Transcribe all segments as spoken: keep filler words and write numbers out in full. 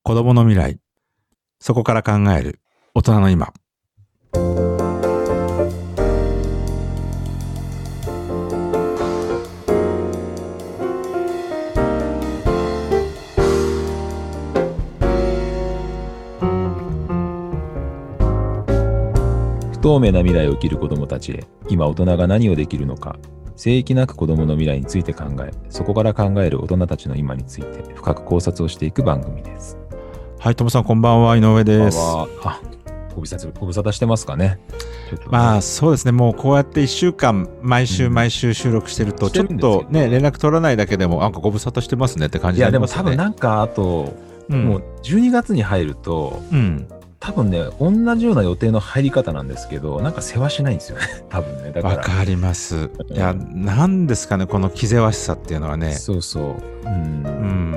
子供の未来、そこから考える大人の今。 不透明な未来を生きる子どもたちへ、今大人が何をできるのか、聖域なく子どもの未来について考え、そこから考える大人たちの今について深く考察をしていく番組です。 はい、ともさんこんばんは、井上です。 あ、ご無沙汰、ご無沙汰してますかね。ちょっとね、 まあそうですね、もうこうやっていっしゅうかん毎週毎週収録してると、ちょっとね、連絡取らないだけでもなんかご無沙汰してますねって感じになりますね。 いやでも多分なんかあと、うん、もうじゅうにがつに入ると、うん、多分ね同じような予定の入り方なんですけど、なんか世話しないんですよね多分ね。だからわかります。いや、なんですかね、この気ぜわしさっていうのはね。 そうそう、うん、うん、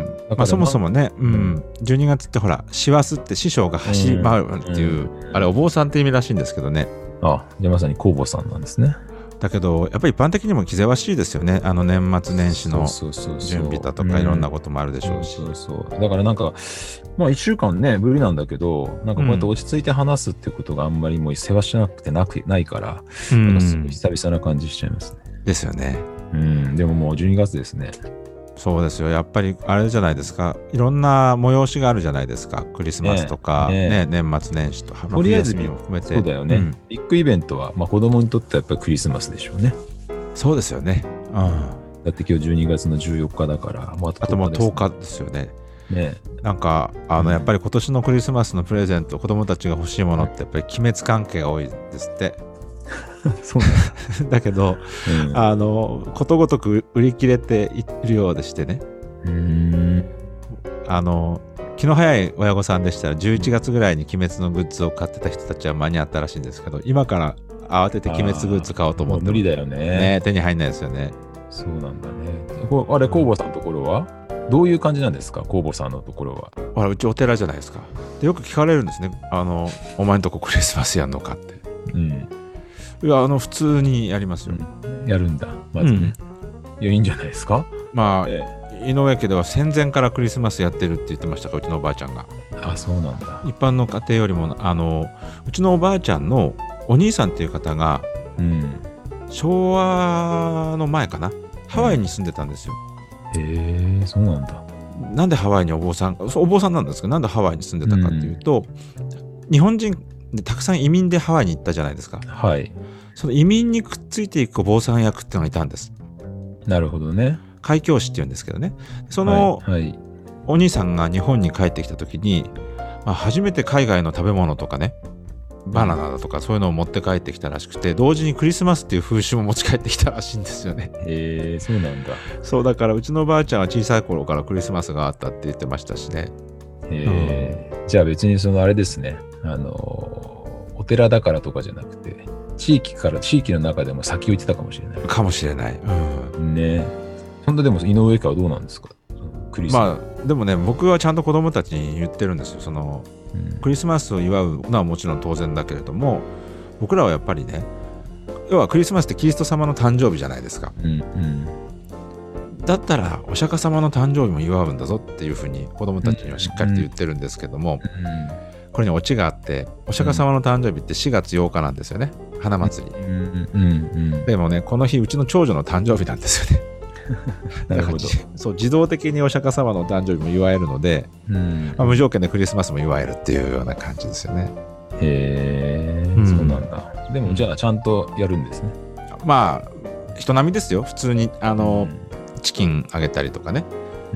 まあ、そもそもね、うん、じゅうにがつってほら師走って師匠が走り回るっていう、うん、あれお坊さんって意味らしいんですけどね。 あ、じゃあまさに弘法さんなんですね。 だけどやっぱり一般的にも気ぜわしいですよね。あの年末年始の準備だとかいろんなこともあるでしょうし、 そうそうそう、だからなんかまあいっしゅうかんねぶりなんだけど、なんかこうやって落ち着いて話すっていうことがあんまりもう世話しなくてなくないから、うん、なんかすごい久々な感じしちゃいますね。 ですよね。 うん、でももうじゅうにがつですね。 そうですよ。やっぱりあれじゃないですか、いろんな催しがあるじゃないですか。クリスマスとか、ねね、年末年始ととりあえずも含めて、そうだよね、うん、ビッグイベントは、まあ、子供にとってはやっぱりクリスマスでしょうね。 そうですよね、うん、 だって今日じゅうにがつのじゅうよっかだから、まあ、 あともうとおかですよね。ね、なんかあの、うん、やっぱり今年のクリスマスのプレゼント、子供たちが欲しいものってやっぱり鬼滅関係が多いですってそうなんだだけど、うん、あのことごとく売り切れているようでしてね。うーん、あの気の早い親御さんでしたらじゅういちがつぐらいに鬼滅のグッズを買ってた人たちは間に合ったらしいんですけど、今から慌てて鬼滅グッズ買おうと思っても無理だよ ね, ね手に入んないですよね。 そうなんだね。あれ、弘法さんのところはどういう感じなんですか？弘法さんのところは。 あれ、うちお寺じゃないですか。でよく聞かれるんですね。あのお前んとこクリスマスやんのかって。うん、いや、あの普通にやりますよ、 うん、やるんだまずね、うん、いやいいんじゃないですか。 まあ、えー、井上家では戦前からクリスマスやってるって言ってましたから、うちのおばあちゃんが。 あ、そうなんだ。 一般の家庭よりもあのうちのおばあちゃんのお兄さんっていう方が、うん、昭和の前かな、ハワイに住んでたんですよ。 へえ、そうなんだ。 なんでハワイにお坊さん、お坊さんなんですけど、なんでハワイに住んでたかっていうと、うん、日本人でたくさん移民でハワイに行ったじゃないですか。 はい。 その移民にくっついていくお坊さん役っていうのがいたんです。 なるほどね。 開教師っていうんですけどね。その、はいはい、お兄さんが日本に帰ってきた時に、まあ、初めて海外の食べ物とかね、バナナだとかそういうのを持って帰ってきたらしくて、同時にクリスマスっていう風習も持ち帰ってきたらしいんですよね。 へえ、そうなんだ。 そうだからうちのばあちゃんは小さい頃からクリスマスがあったって言ってましたしね。 へえ、うん、じゃあ別にそのあれですね、あのお寺だからとかじゃなくて、地域から地域の中でも先を言ってたかもしれないかもしれない、 うん、ね。そんなでも井上家はどうなんですか、クリスマス。 まあでもね、僕はちゃんと子供たちに言ってるんですよ。そのうん、クリスマスを祝うのはもちろん当然だけれども、僕らはやっぱりね、要はクリスマスってキリスト様の誕生日じゃないですか、うんうん、だったらお釈迦様の誕生日も祝うんだぞっていうふうに子供たちにはしっかりと言ってるんですけども、うんうん、これにオチがあって、お釈迦様の誕生日ってしがつようかなんですよね、花祭り、うんうんうん、でもね、この日うちの長女の誕生日なんですよねなるほど。 そう、自動的にお釈迦様の誕生日も祝えるので、うんまあ、無条件でクリスマスも祝えるっていうような感じですよね。 へえ、うん、そうなんだ。でもじゃあちゃんとやるんですね。 まあ人並みですよ。普通にあの、うん、チキンあげたりとかね、うん、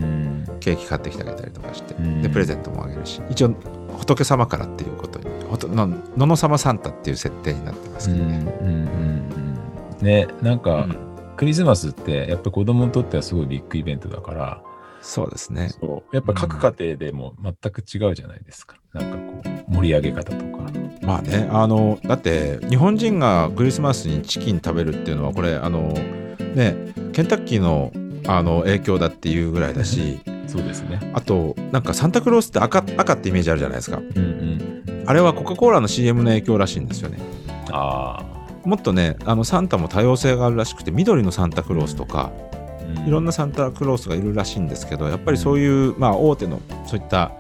ケーキ買ってきてあげたりとかして、うん、でプレゼントもあげるし、一応仏様からっていうことに、ののの様サンタっていう設定になってますけどね。うんうんうんうん、ね、なんか、うんクリスマスってやっぱ子供にとってはすごいビッグイベントだから。 そうですね。 そうやっぱ各家庭でも全く違うじゃないですか、うん、なんかこう盛り上げ方とか。 まあね、あのだって日本人がクリスマスにチキン食べるっていうのはこれあのねケンタッキーのあの影響だっていうぐらいだしそうですね。 あとなんかサンタクロースって赤、赤ってイメージあるじゃないですか、うんうん、あれはコカ・コーラの シーエム の影響らしいんですよね。ああ、もっとね、あのサンタも多様性があるらしくて、緑のサンタクロースとか、うん、いろんなサンタクロースがいるらしいんですけど、やっぱりそういう、まあ、大手のそういった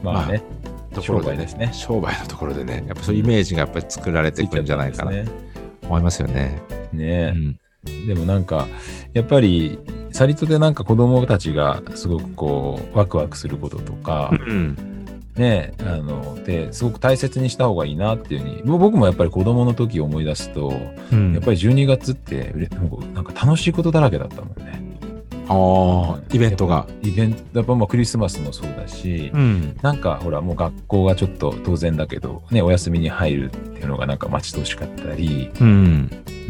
まあね、 ところで商売ですね。 商売のところでね、やっぱそういうイメージがやっぱり作られていくんじゃないかなと思いますよね。 ね、うん、でもなんかやっぱりサリトでなんか子供たちがすごくこうワクワクすることとか、うんね、あのですごく大切にした方がいいなっていうふうに僕もやっぱり子供の時を思い出すと、うん、やっぱりじゅうにがつってなんか楽しいことだらけだったもんね。 ああ、イベントがイベントやっぱまあクリスマスもそうだし、うん、なんかほらもう学校がちょっと当然だけどねお休みに入るっていうのがなんか待ち遠しかったり、うんうん、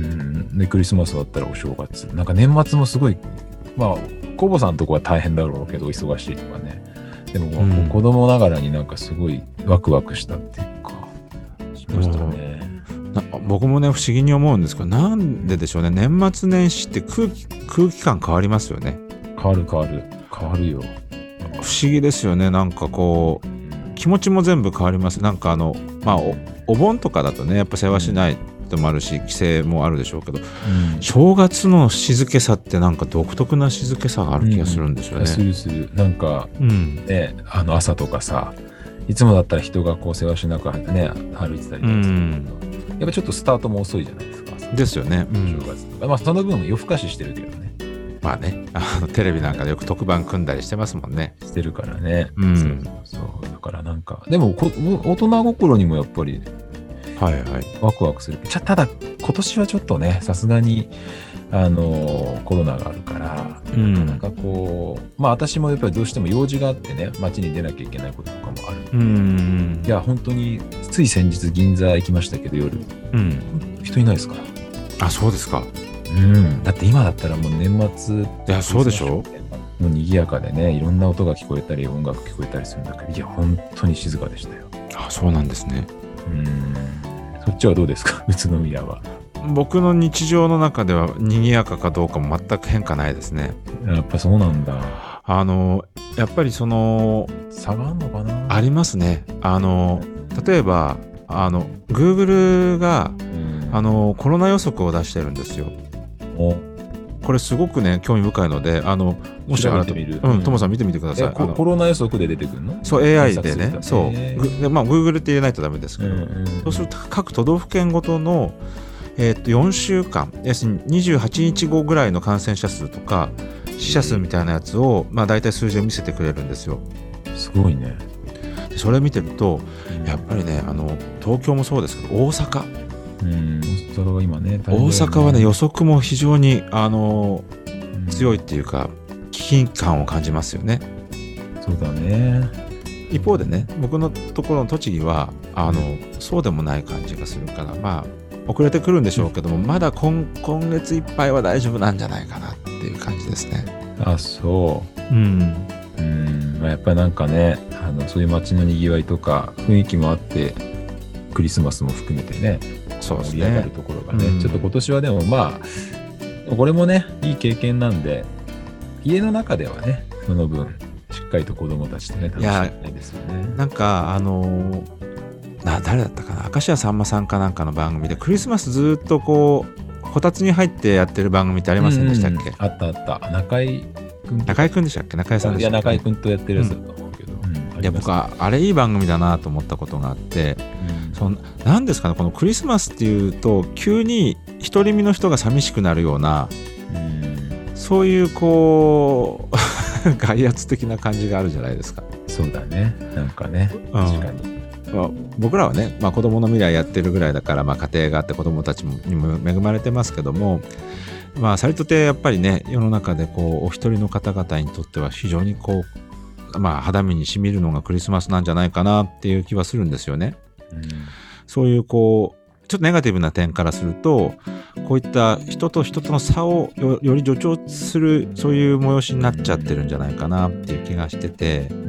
でクリスマスだったらお正月なんか年末もすごいまあコボさんのとこは大変だろうけど忙しいとかねでも、うん、子供ながらになんかすごいワクワクしたっていうかしましたね。 僕もね不思議に思うんですけどなんででしょうね年末年始って空気空気感変わりますよね。 変わる変わる変わるよ。 不思議ですよね。なんかこう気持ちも全部変わります。なんかあのまあ お, お盆とかだとねやっぱ世話しないでもあるし帰省もあるでしょうけど、うん、正月の静けさってなんか独特な静けさがある気がするんですよね。 うん、するするなんか、うんね、あの朝とかさいつもだったら人がこう世話しなくね歩いてたりとかするけど、うん、やっぱちょっとスタートも遅いじゃないですか。 ですよね。 うん、正月とかまあその分夜更かししてるけどね。 まあねあのテレビなんかでよく特番組んだりしてますもんね。 してるからね。うん、そうそうだからなんかでもこ大人心にもやっぱりはいはい、ワクワクする。ただ今年はちょっとねさすがにあのー、コロナがあるから、うん、なんかこうまあ私もやっぱりどうしても用事があってね街に出なきゃいけないこととかもある。うんいや本当につい先日銀座行きましたけど夜、うん、人いないですから。 あそうですか。 うん、だって今だったらもう年末いやそうでしょもう賑やかでねいろんな音が聞こえたり音楽聞こえたりするんだけどいや本当に静かでしたよ。 あそうなんですね。 うんそっちはどうですか宇都宮は。 僕の日常の中では賑やかかどうかも全く変化ないですね。 やっぱそうなんだ。 あのやっぱりその差があるのかな。 ありますね。あの例えばあの Google が、うん、あのコロナ予測を出してるんですよ。おこれすごくね興味深いのであのもしあなたうんトモさん見てみてください。 コ, コロナ予測で出てくるの？ そう エーアイ でねそうで、まあ、Google って入れないとダメですけど、うんうん、そうすると各都道府県ごとの、えー、とよんしゅうかん要するににじゅうはちにちごぐらいの感染者数とか死者数みたいなやつを、まあ、大体数字を見せてくれるんですよ。 すごいね。 それ見てるとやっぱりねあの東京もそうですけど大阪うん大阪は今ね大阪はね予測も非常にあの強いっていうか危機感を感じますよね。 そうだね。 一方でね僕のところの栃木はあの、うん、そうでもない感じがするからまあ遅れてくるんでしょうけども、うん、まだ 今, 今月いっぱいは大丈夫なんじゃないかなっていう感じですね。 あそううんうん、まあ、やっぱりなんかねあのそういう街のにぎわいとか雰囲気もあってクリスマスも含めてねそうですね盛り上がるところがね、うん、ちょっと今年はでもまあこれもねいい経験なんで家の中ではねその分しっかりと子供たちとね楽しみたいですよね。 なんかあのー、な誰だったかな明石家さんまさんかなんかの番組でクリスマスずっとこうこたつに入ってやってる番組ってありませんでしたっけ？うんうん、 あったあった中井くん中井くんでしたっけ中井さんでしたっけ？ いや中井くんとやってるやつだと思うけど、うんうん、 いや僕はあれいい番組だなと思ったことがあって、うん、そのなんですかねこのクリスマスっていうと急に独り身の人が寂しくなるような、うん、そういうこう外圧的な感じがあるじゃないですか。 そうだねなんかね確かに、 うんまあ、僕らはね、まあ、子供の未来やってるぐらいだから、まあ、家庭があって子供たちにも恵まれてますけどもまあさりとてやっぱりね世の中でこうお一人の方々にとっては非常にこうまあ肌身に染みるのがクリスマスなんじゃないかなっていう気はするんですよね、うん、そういうこうちょっとネガティブな点からするとこういった人と人との差を よ, より助長するそういう催しになっちゃってるんじゃないかなっていう気がしてて、うん、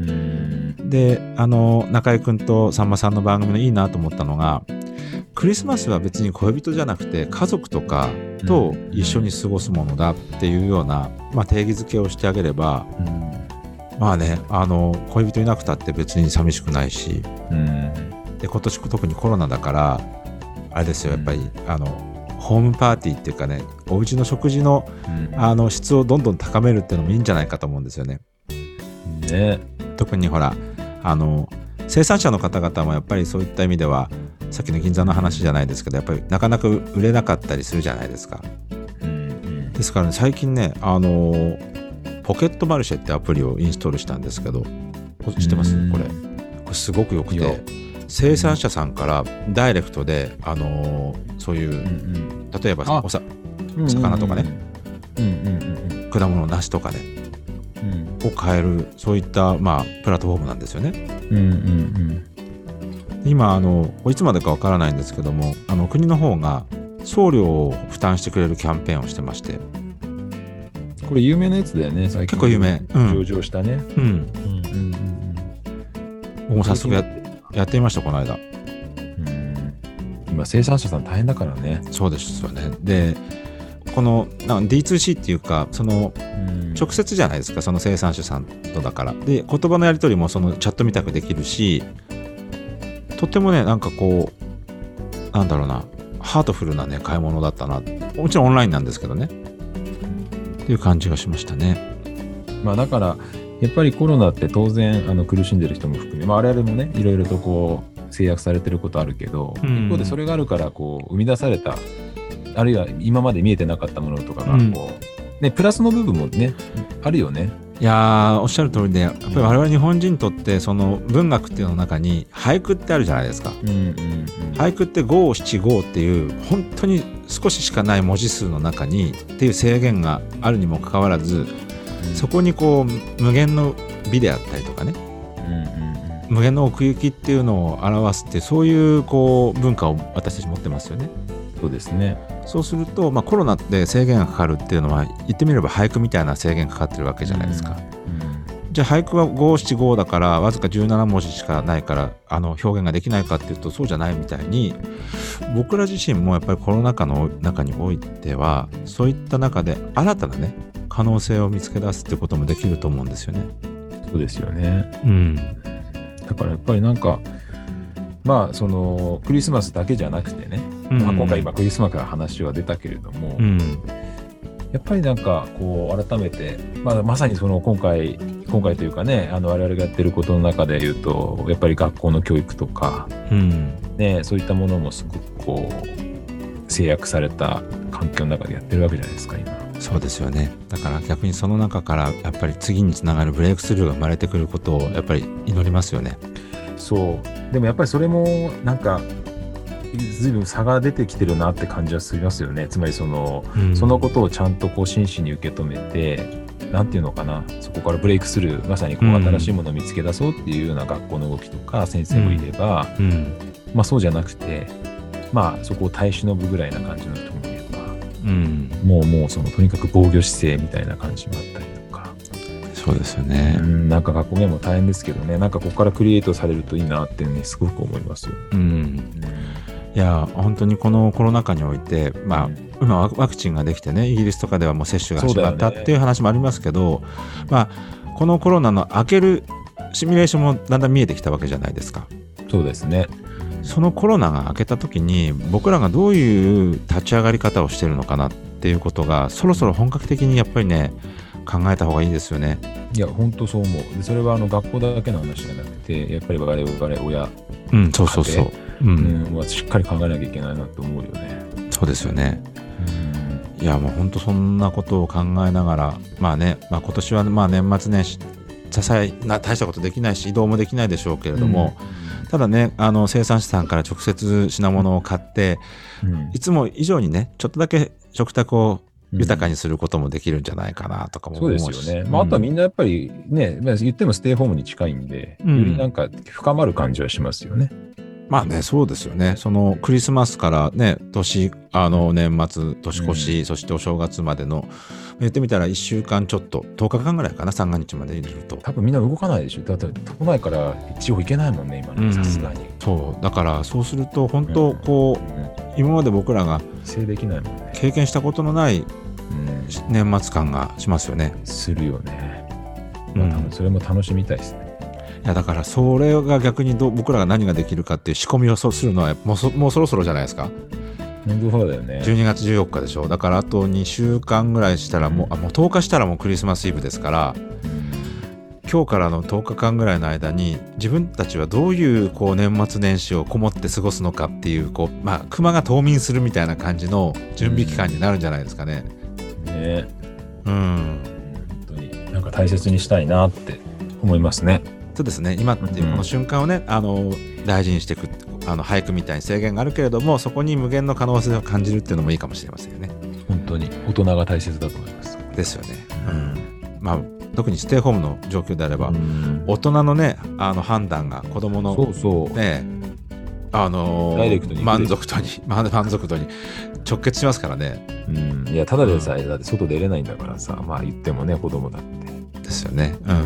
であの中井くんとさんまさんの番組のいいなと思ったのがクリスマスは別に恋人じゃなくて家族とかと一緒に過ごすものだっていうような、まあ、定義づけをしてあげれば、うん、まあねあの恋人いなくたって別に寂しくないし、うん、で今年特にコロナだからあれですよやっぱり、うん、あのホームパーティーっていうかねお家の食事 の,、うん、あの質をどんどん高めるっていうのもいいんじゃないかと思うんですよね。 ね特にほらあの生産者の方々もやっぱりそういった意味ではさっきの銀座の話じゃないですけどやっぱりなかなか売れなかったりするじゃないですか、うんうん、ですから、ね、最近ねあのポケットマルシェってアプリをインストールしたんですけど知ってます？これこれすごくよくて生産者さんからダイレクトで、あのー、そういう、うんうん、例えばおさ魚とかね、うんうんうんうん、果物梨とかね、うん、を買えるそういった、まあ、プラットフォームなんですよね、うんうんうん、今あのいつまでかわからないんですけどもあの国の方が送料を負担してくれるキャンペーンをしてましてこれ有名なやつだよね最近結構有名、 うん、上場したね、うんうんうん、 僕も早速 や, やってみましたこの間。 うん今生産者さん大変だからね。 そうですよね。でこの ディーツーシー っていうかその直接じゃないですかその生産者さんとだからで言葉のやり取りもそのチャットみたくできるしとてもねなんかこうなんだろうなハートフルなね買い物だったなもちろんオンラインなんですけどねっていう感じがしましたね。 まあだからやっぱりコロナって当然あの苦しんでる人も含め、まあ、我々もねいろいろとこう制約されてることあるけど、うん、一方でそれがあるからこう生み出されたあるいは今まで見えてなかったものとかがこう、うんね、プラスの部分もねあるよね。 いやおっしゃる通りでやっぱり我々日本人にとってその文学っていうの中に俳句ってあるじゃないですか、うんうんうん、俳句って五七五っていう本当に少ししかない文字数の中にっていう制限があるにもかかわらず、うん、そこにこう無限の美であったりとかね、うんうんうん、無限の奥行きっていうのを表すってそういうこう文化を私たち持ってますよね。 そうですね。 そうすると、まあ、コロナで制限がかかるっていうのは言ってみれば俳句みたいな制限がかかってるわけじゃないですか、うんうん、じゃあ俳句は五七五だからわずかじゅうなな文字しかないからあの表現ができないかっていうとそうじゃないみたいに僕ら自身もやっぱりコロナ禍の中においてはそういった中で新たなね可能性を見つけ出すってこともできると思うんですよね。 そうですよね、うん、だからやっぱりなんかまあそのクリスマスだけじゃなくてね、うんまあ、今回今クリスマスの話は出たけれども、うん、やっぱりなんかこう改めて、まあ、まさにその今回今回というかねあの我々がやってることの中で言うとやっぱり学校の教育とか、うんね、そういったものもすごくこう制約された環境の中でやってるわけじゃないですか今。 そうですよね。だから逆にその中からやっぱり次につながるブレイクスルーが生まれてくることをやっぱり祈りますよね。 そうでもやっぱりそれもなんか随分差が出てきてるなって感じはしますよね。つまりその、うん、そのことをちゃんとこう真摯に受け止めてなんていうのかなそこからブレイクスルーまさにこう新しいものを見つけ出そうっていうような学校の動きとか先生もいれば、うんうん、まあそうじゃなくてまあそこを耐え忍ぶぐらいな感じの人もいれば、うん、もうもうそのとにかく防御姿勢みたいな感じもあったりとか。 そうですよね、 うん、なんか学校でも大変ですけどねなんかここからクリエイトされるといいなってねすごく思いますよ、うんうん、 いや本当にこのコロナ禍において、まあうん、今ワクチンができてねイギリスとかではもう接種が始まったっていう話もありますけど、まあ、このコロナの明けるシミュレーションもだんだん見えてきたわけじゃないですか。 そうですね。 そのコロナが明けた時に僕らがどういう立ち上がり方をしてるのかなっていうことがそろそろ本格的にやっぱりね考えた方がいいですよね。 いや本当そう思う。でそれはあの学校だけの話じゃなくてやっぱり我々親、 うん、そうそうそう、 うんうん、しっかり考えなきゃいけないなと思うよね。 そうですよね、うん、いやもう本当そんなことを考えながらまあね、まあ、今年はまあ年末年始ささいな大したことできないし移動もできないでしょうけれども、うん、ただねあの生産者さんから直接品物を買って、うん、いつも以上にねちょっとだけ食卓を豊かにすることもできるんじゃないかなとかも思うし、 そうですよね、まあ、あとはみんなやっぱりね、うん、言ってもステイホームに近いんで、うん、よりなんか深まる感じはしますよね。 まあねそうですよね。そのクリスマスからね年あの年末年越し、うん、そしてお正月までの言ってみたらいっしゅうかんちょっととおかかんぐらいかな三が日まで入れると多分みんな動かないでしょ。だって都内から地方行けないもんね今ねさすがに。 そうだからそうすると本当こう、うんうん、今まで僕らが経験したことのない年末感がしますよね。 するよね、まあ、多分それも楽しみたいですね、 うん、いやだからそれが逆にど僕らが何ができるかっていう仕込みをそうするのはもう そ, もうそろそろじゃないですか。 本当そうだよね。 じゅうにがつじゅうよっかでしょ。だからあとにしゅうかんぐらいしたらもう、うん、あもうとおかしたらもうクリスマスイブですから、うん、今今日からのとおかかんぐらいの間に自分たちはどういうこう年末年始をこもって過ごすのかっていう、こう、まあ、熊が冬眠するみたいな感じの準備期間になるんじゃないですかね。 うん、ね、 うん、 本当になんか大切にしたいなって思いますね。 そうですね。今っていうこの瞬間をね、うん、あの大事にしていく、あの俳句みたいに制限があるけれども、そこに無限の可能性を感じるっていうのもいいかもしれませんよね。 本当に大人が大切だと思います。 ですよね。うん、まあ特にステイホームの状況であれば、うん、大人のね、あの判断が子供の、ね、そうそうあのー、ダイレクトに満足度に満足度に直結しますからね。 うん、いやただでさえだって外出れないんだからさ、まあ言ってもね子供だってですよね。うん。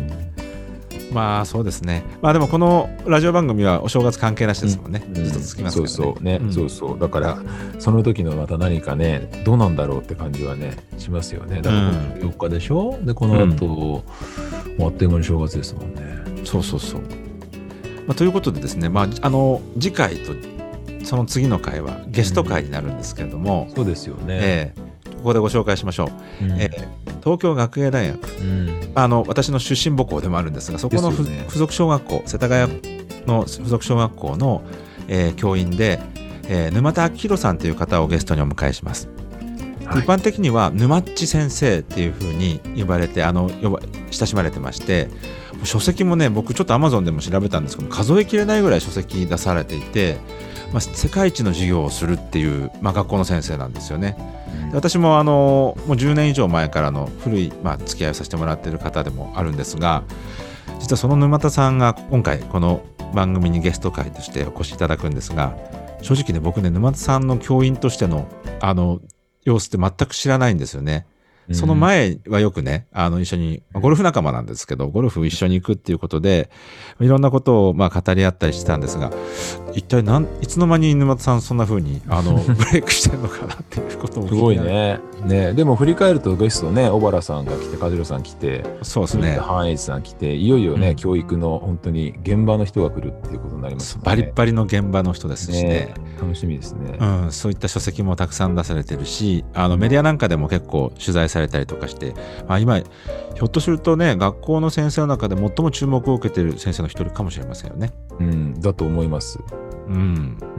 まあそうですね。まあでもこのラジオ番組はお正月関係なしですもんね。うん、ずっと続きますからね。 そうそうね、うん、そうそう。だからその時のまた何かね、どうなんだろうって感じはねしますよね。だからよっかでしょ。でこの後、うん、あっという間に正月ですもんね。 そうそうそう。まあ、ということでですね、まああの次回とその次の回はゲスト回になるんですけれども、 うん、そうですよね。 えーここでご紹介しましょう、うんえー、東京学芸大学、うん、あの私の出身母校でもあるんですが、そこの、ね、付属小学校、世田谷の付属小学校の、えー、教員で、えー、沼田明宏さんという方をゲストにお迎えします、はい、一般的には沼っち先生っていうふうに呼ばれてあの呼ば親しまれてまして、書籍もね僕ちょっと Amazon でも調べたんですけど数えきれないぐらい書籍出されていて、まあ、世界一の授業をするっていう、まあ、学校の先生なんですよね。で私もあのもうじゅうねん以上前からの古い、まあ、付き合いをさせてもらっている方でもあるんですが、実はその沼田さんが今回この番組にゲスト会としてお越しいただくんですが、正直ね僕ね沼田さんの教員としてのあの様子って全く知らないんですよね。その前はよくねあの一緒にゴルフ仲間なんですけど、ゴルフ一緒に行くっていうことでいろんなことをまあ語り合ったりしてたんですが、一体なんいつの間に沼田さんそんな風にあのブレイクしてるのかなっていうこともすごいね。ねでも振り返るとゲストね小原さんが来て、和弘さん来て、 そうですね、 ハンエイジさん来て、いよいよね、うん、教育の本当に現場の人が来るっていうことになりますね。 バリッバリの現場の人ですし ね, ね楽しみですね、 うん、そういった書籍もたくさん出されてるし、あのメディアなんかでも結構取材されたりとかして、まあ、今ひょっとするとね学校の先生の中で最も注目を受けている先生の一人かもしれませんよね。 うん、だと思います。 うんうん、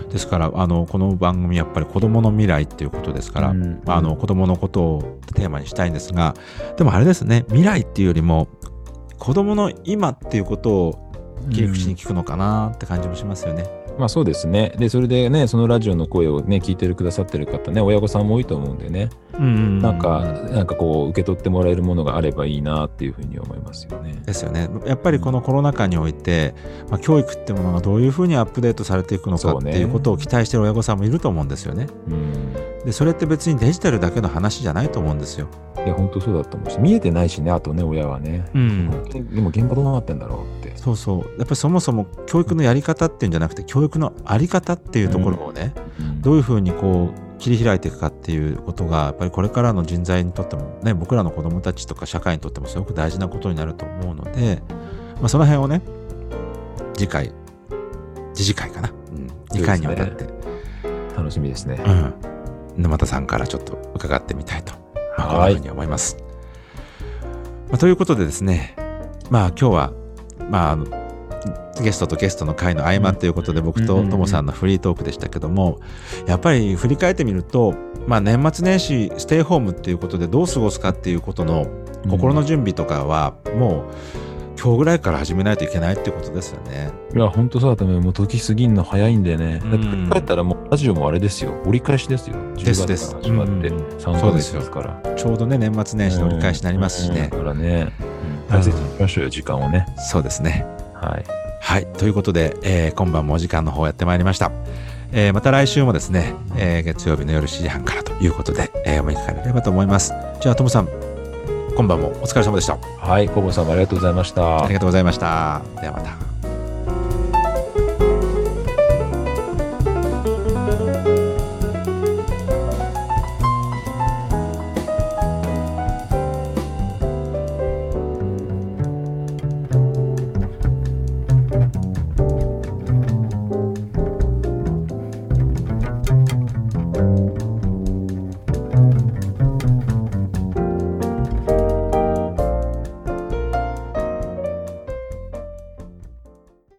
ですからあのこの番組やっぱり子どもの未来っていうことですから、うん、あの子どものことをテーマにしたいんですが、でもあれですね、未来っていうよりも子どもの今っていうことを切り口に聞くのかなって感じもしますよね。 うん、まあそうですね。でそれでねそのラジオの声をね聞いてるくださってる方ね、親御さんも多いと思うんでね、うんうん、なんかなんかこう受け取ってもらえるものがあればいいなっていうふうに思いますよね。 ですよね。やっぱりこのコロナ禍において、まあ、教育ってものがどういうふうにアップデートされていくのかっていうことを期待している親御さんもいると思うんですよね。うん、でそれって別にデジタルだけの話じゃないと思うんですよ。 いや本当そうだと思うし、見えてないしね、あとね親はね、うん、でも現場どうなってんだろうって。 そうそう、やっぱりそもそも教育のやり方っていうんじゃなくて教育のあり方っていうところをね、うん、どういうふうにこう切り開いていくかっていうことがやっぱりこれからの人材にとってもね、僕らの子どもたちとか社会にとってもすごく大事なことになると思うので、まあ、その辺をね次回次次回かな、うん、にかいにわたって、ね、 楽しみですね、 うん、沼田さんからちょっと伺ってみたいと、まあ、こんなふうに思います、まあ、ということでですね、まあ今日はまあゲストとゲストの会の合間ということで、僕とともさんのフリートークでしたけども、やっぱり振り返ってみると、まあ、年末年始ステイホームっていうことでどう過ごすかっていうことの心の準備とかはもう今日ぐらいから始めないといけないっていうことですよね。 いや本当そうだと思う。もう時過ぎるの早いんでね、だって振り返ったらもうラジオもあれですよ、折り返しですよ。じゅうがつから始まってさんかげつですから、 ちょうどね年末年始の折り返しになりますしね、 だからね大切にしましょうよ、時間をね。 そうですね、 はいはい、ということで、えー、今晩もお時間の方やってまいりました。えー、また来週もですね、えー、月曜日の夜しちじはんからということで、えー、お目にかかれればと思います。じゃあトムさん、今晩もお疲れ様でした。 はい、コボさんもありがとうございました。 ありがとうございました。ではまた。